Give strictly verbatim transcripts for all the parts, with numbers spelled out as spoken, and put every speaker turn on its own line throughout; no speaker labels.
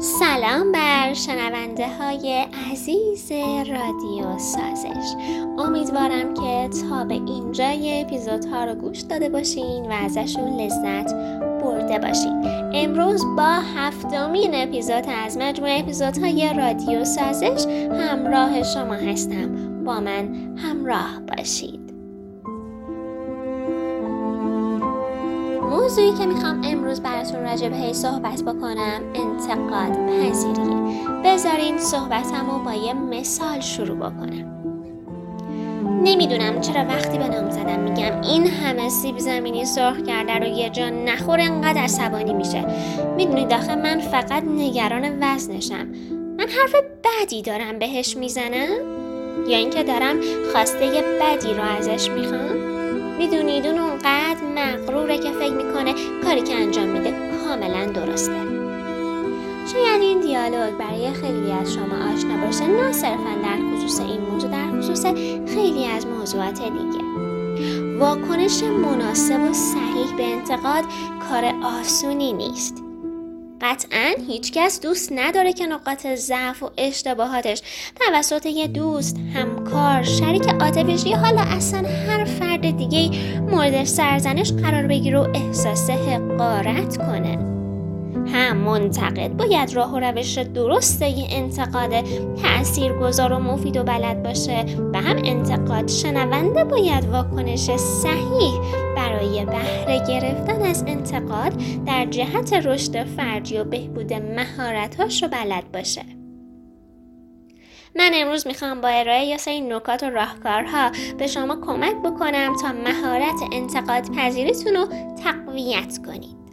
سلام بر شنونده های عزیز رادیو سازش. امیدوارم که تا به اینجای اپیزودها رو گوش داده باشین و ازشون لذت برده باشین. امروز با هفتمین اپیزود از مجموعه اپیزودهای رادیو سازش همراه شما هستم. با من همراه باشید. موضوعی که میخوام امروز براتون راجع بهش صحبت بکنم انتقاد پذیریه. بذارین صحبتمو با یه مثال شروع بکنم. نمیدونم چرا وقتی به نام زدم میگم این همه سیب زمینی سرخ کرده رو یه جا نخور انقدر عصبانی میشه. میدونید آخه من فقط نگران وزنشم. من حرف بدی دارم بهش میزنم یا اینکه دارم خواسته یه بدی رو ازش میخوام؟ میدونید اون اونقدر مغروره که فکر میکنه کاری که انجام میده کاملا درسته. شاید این دیالوگ برای خیلی از شما آشنا باشه، نه صرفا در خصوص این موضوع، در خصوص خیلی از موضوعات دیگه. واکنش مناسب و صحیح به انتقاد کار آسونی نیست. قطعاً هیچ کس دوست نداره که نقاط ضعف و اشتباهاتش توسط یه دوست، همکار، شریک عاطفیش یا حالا اصلا هر فرد دیگه مورد سرزنش قرار بگیره و احساس حقارت کنه. هم منتقد باید راه و روش درست یه انتقاد تأثیرگذار و مفید و بلد باشه و هم انتقاد شنونده باید واکنش صحیح برای بهره گرفتن از انتقاد در جهت رشد فردی و بهبود مهارت‌هاش رو بلد باشه. من امروز میخوام با ارائه یه سری نکات و راهکارها به شما کمک بکنم تا مهارت انتقاد پذیریتون رو تقویت کنید.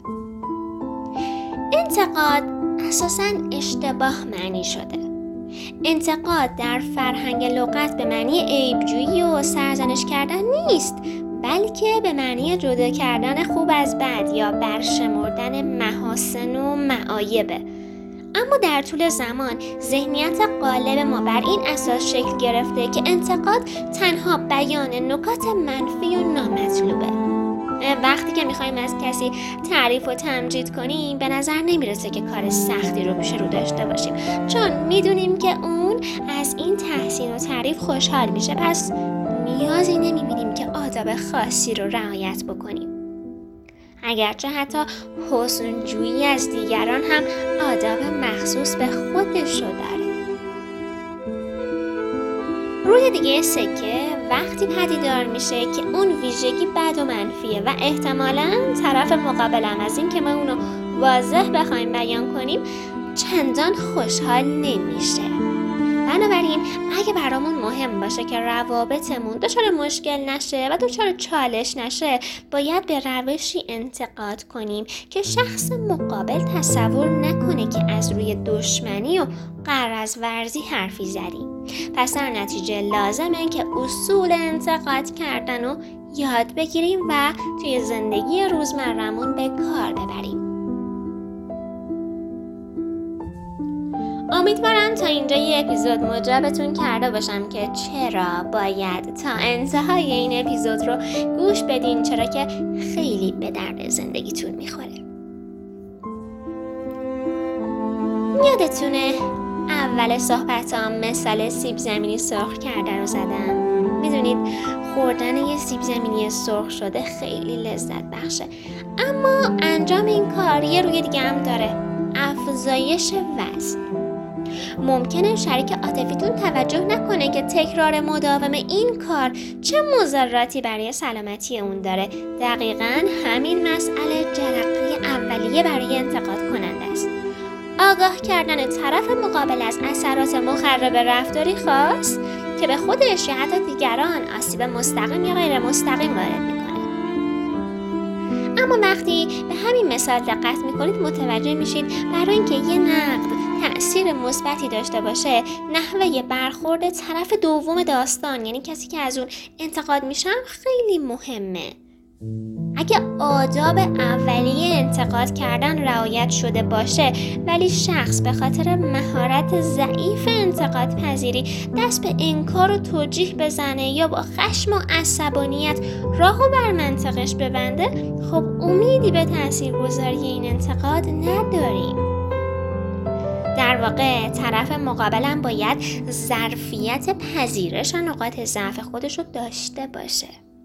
انتقاد اساساً اشتباه معنی شده. انتقاد در فرهنگ لغت به معنی عیبجویی و سرزنش کردن نیست، بلکه به معنی جدا کردن خوب از بد یا برشمردن محاسن و معایبه. اما در طول زمان ذهنیت غالب ما بر این اساس شکل گرفته که انتقاد تنها بیان نکات منفی و نامطلوبه. وقتی که میخوایم از کسی تعریف و تمجید کنیم به نظر نمیرسه که کار سختی رو پیش رو داشته باشیم، چون میدونیم که اون از این تحسین و تعریف خوشحال میشه، پس نیازی نمیبینیم که آداب خاصی رو رعایت بکنیم. اگرچه حتی حسن جویی از دیگران هم آداب مخصوص به خودش رو داره. روی دیگه سکه وقتی پدیدار میشه که اون ویژگی بد و منفیه و احتمالاً طرف مقابل هم از این که ما اونو واضح بخوایم بیان کنیم چندان خوشحال نمیشه. بنابراین اگه برامون مهم باشه که روابطمون دچار مشکل نشه و دچار چالش نشه، باید به روشی انتقاد کنیم که شخص مقابل تصور نکنه که از روی دشمنی و غرض ورزی حرفی زدیم. پس در نتیجه لازمه که اصول انتقاد کردن رو یاد بگیریم و توی زندگی روزمرمون به کار ببریم. امیدوارم تا اینجا یه اپیزود مجابتون کرده باشم که چرا باید تا انتهای این اپیزود رو گوش بدین، چرا که خیلی به درد زندگیتون میخوره. یادتونه اول صحبتام مثال سیب زمینی سرخ کرده رو زدم؟ میدونید خوردن یه سیب زمینی سرخ شده خیلی لذت بخشه، اما انجام این کار یه روی دیگه هم داره، افزایش وزن. ممکنه شریک عاطفیتون توجه نکنه که تکرار مداوم این کار چه مضراتی برای سلامتی اون داره. دقیقاً همین مسئله جرقه اولیه برای انتقاد کننده است. آگاه کردن طرف مقابل از اثرات مخرب رفتاری خاص که به خودش یا حتی دیگران آسیب مستقیم یا غیر مستقیم وارد میکنه. اما وقتی به همین مثال دقت میکنید متوجه میشید برای اینکه یه نقد تأثیر مثبتی داشته باشه، نحوه برخورد طرف دوم داستان، یعنی کسی که از اون انتقاد میشم، خیلی مهمه. اگه آداب اولیه انتقاد کردن رعایت شده باشه ولی شخص به خاطر مهارت ضعیف انتقاد پذیری دست به انکار و توجیه بزنه یا با خشم و عصبانیت راهو بر منطقش ببنده، خب امیدی به تاثیرگذاری این انتقاد نداریم. در واقع طرف مقابلم باید ظرفیت پذیرش نقاط ضعف خودش رو داشته باشه.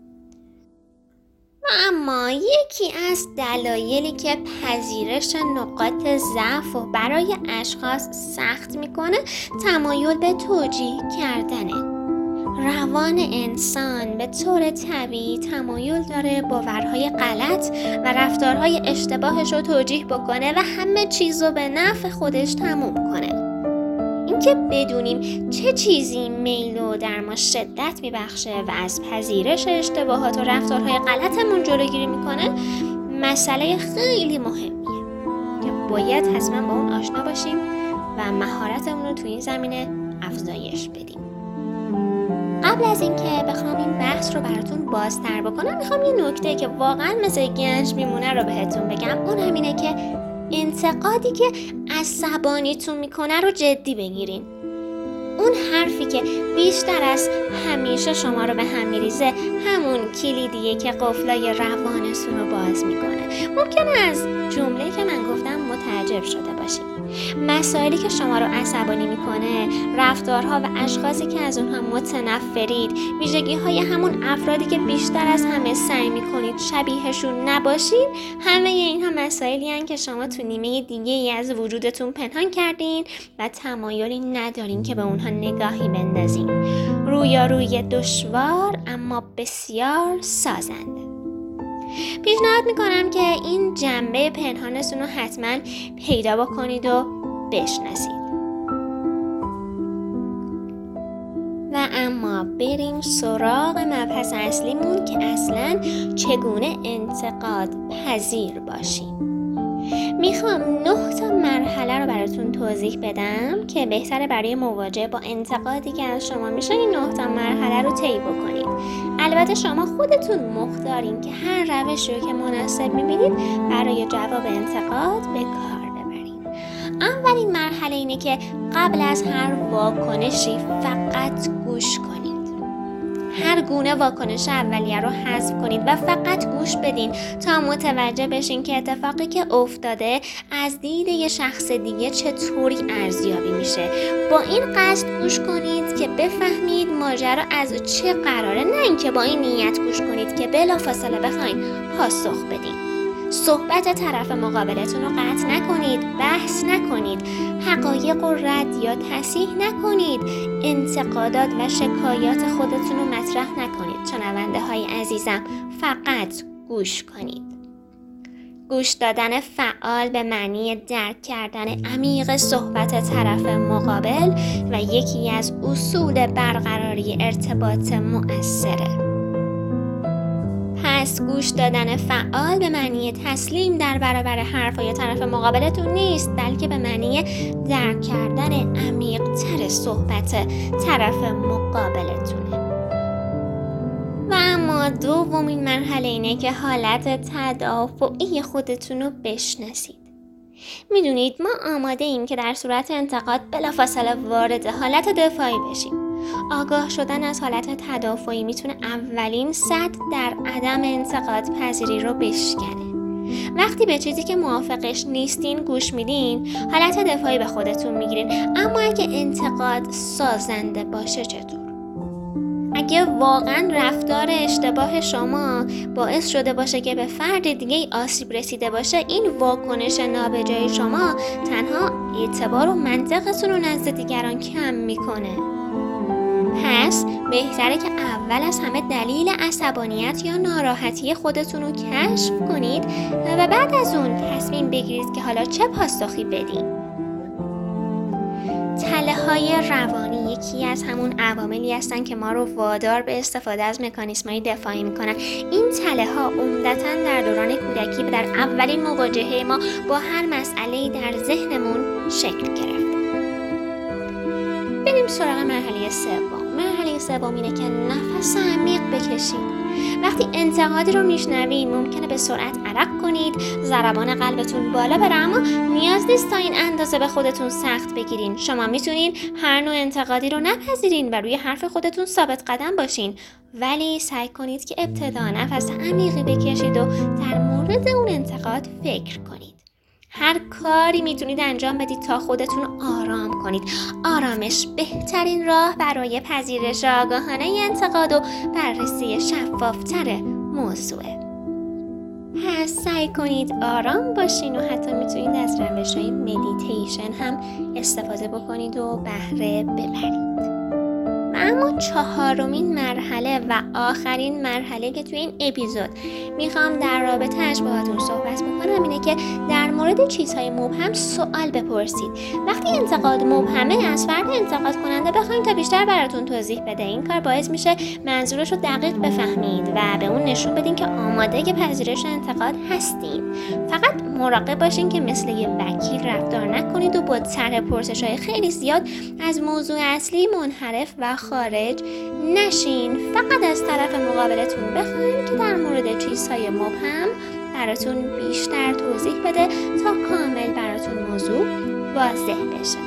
اما یکی از دلایلی که پذیرش نقاط ضعف و برای اشخاص سخت میکنه تمایل به توجیه کردنه. روان انسان به طور طبیعی تمایل داره باورهای غلط و رفتارهای اشتباهش رو توجیه بکنه و همه چیز رو به نفع خودش تموم کنه. اینکه بدونیم چه چیزی میل رو در ما شدت میبخشه و از پذیرش اشتباهات و رفتارهای غلطمون جلوگیری میکنه مسئله خیلی مهمیه که باید حتما با اون آشنا باشیم و مهارتمون رو تو این زمینه افزایش بدیم. قبل از اینکه بخوام این بحث رو براتون بازتر بکنم میخوام یه نکته که واقعا مثل گنج میمونه رو بهتون بگم. اون همینه که انتقادی که عصبانیتون میکنه رو جدی بگیرین. اون حرفی که بیشتر از همیشه شما رو به هم میریزه همون کلیدیه که قفلای روانتون رو باز میکنه. ممکنه از جمله‌ای که من گفتم متعجب شده باشید. مسائلی که شما رو عصبانی میکنه، رفتارها و اشخاصی که از اونها متنفرید، ویژگی‌های همون افرادی که بیشتر از همه سعی میکنید شبیهشون نباشید، همه اینها مسائلی هستند که شما تو نیمه دیگه ای از وجودتون پنهان کردین و تمایلی ندارین که به اونها نگاهی بندازین. رویارویی دشوار اما بسیار سازنده. پیشنهاد میکنم که این جنبه پنهانتون رو حتما پیدا بکنید و بشناسید. و اما بریم سراغ مبحث اصلیمون که اصلا چگونه انتقاد پذیر باشیم. میخوام نه تا مرحله رو براتون توضیح بدم که بهتره برای مواجهه با انتقادی که از شما میشه این نه تا مرحله رو طی بکنید. البته شما خودتون مختارین که هر روشی رو که مناسب میبینید برای جواب انتقاد به کار ببرید. اولین مرحله اینه که قبل از هر واکنشی فقط گوش کنید. هر گونه واکنش اولیه رو حذف کنید و فقط گوش بدین تا متوجه بشین که اتفاقی که افتاده از دید یه شخص دیگه چطوری ارزیابی میشه. با این قصد گوش کنید که بفهمید ماجرا از چه قراره، نه اینکه با این نیت گوش کنید که بلافاصله بخواید پاسخ بدین. صحبت طرف مقابلتون رو قطع نکنید، بحث نکنید، حقایق رو رد یا تصحیح نکنید، انتقادات و شکایات خودتون رو مطرح نکنید. شنونده های عزیزم، فقط گوش کنید. گوش دادن فعال به معنی درک کردن عمیق صحبت طرف مقابل و یکی از اصول برقراری ارتباط مؤثره. پس گوش دادن فعال به معنی تسلیم در برابر حرفای طرف مقابلتون نیست، بلکه به معنی درک کردن عمیق تر صحبت طرف مقابلتونه. و اما دومین مرحله اینه که حالت تدافعی خودتون رو بشناسید. میدونید ما آماده ایم که در صورت انتقاد بلافاصله وارد حالت دفاعی بشیم. آگاه شدن از حالت تدافعی میتونه اولین سد در عدم انتقاد پذیری رو بشکنه. وقتی به چیزی که موافقش نیستین گوش میدین، حالت دفاعی به خودتون میگیرین. اما اگه انتقاد سازنده باشه چطور؟ اگه واقعا رفتار اشتباه شما باعث شده باشه که به فرد دیگه آسیب رسیده باشه، این واکنش نابجای شما تنها اعتبار و منطقتون رو نزد دیگران کم میکنه. پس بهتره که اول از همه دلیل عصبانیت یا ناراحتی خودتون رو کشف کنید و بعد از اون تصمیم بگیرید که حالا چه پاسخی بدین. تله‌های روانی یکی از همون عواملی هستن که ما رو وادار به استفاده از مکانیزم‌های دفاعی میکنن. این تله‌ها عمدتاً در دوران کودکی و در اولین مواجهه ما با هر مسئله‌ای در ذهنمون شکل گرفته. بریم سراغ مرحله سوم. مرحله سوم اینه که نفس عمیق بکشید. وقتی انتقادی رو میشنوید ممکنه به سرعت عرق کنید، ضربان قلبتون بالا بره، اما نیاز نیست تا این اندازه به خودتون سخت بگیرین. شما میتونین هر نوع انتقادی رو نپذیرین و روی حرف خودتون ثابت قدم باشین، ولی سعی کنید که ابتدا نفس عمیقی بکشید و در مورد اون انتقاد فکر کنید. هر کاری میتونید انجام بدید تا خودتون آرام کنید. آرامش بهترین راه برای پذیرش آگاهانه انتقاد و بررسی شفافتر موضوعه. پس سعی کنید آرام باشین و حتی میتونید از روش‌های مدیتیشن هم استفاده بکنید و بهره ببرید. اما چهارمین مرحله و آخرین مرحله که توی این اپیزود میخوام در رابطه‌اش باهاتون صحبت بکنم اینه که در مورد چیزهای مبهم سوال بپرسید. وقتی انتقاد مبهمه از فرد انتقاد کننده بخواید تا بیشتر براتون توضیح بده، این کار باعث میشه منظورش رو دقیق بفهمید و به اون نشون بدین که آماده که پذیرش انتقاد هستین. فقط مراقب باشین که مثل یه وکیل رفتار نکنید و با طرح پرسش‌های خیلی زیاد از موضوع اصلی منحرف و خارج نشین. فقط از طرف مقابلتون بخواید که در مورد چیزهای مبهم براتون بیشتر توضیح بده تا کامل براتون موضوع واضح بشه.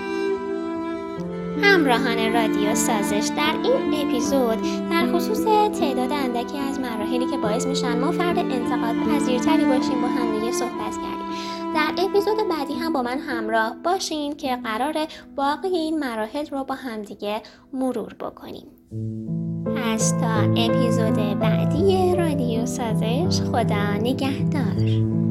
همراهان رادیو سازش، در این اپیزود در خصوص تعداد اندکی از مراحلی که باعث میشن ما فرد انتقاد پذیرتری باشیم با هم دیگه صحبت کردیم. در اپیزود بعدی هم با من همراه باشین که قراره باقی این مراحل رو با هم دیگه مرور بکنیم. پس تا اپیزود بعدی رادیو سازش، خدا نگهدار.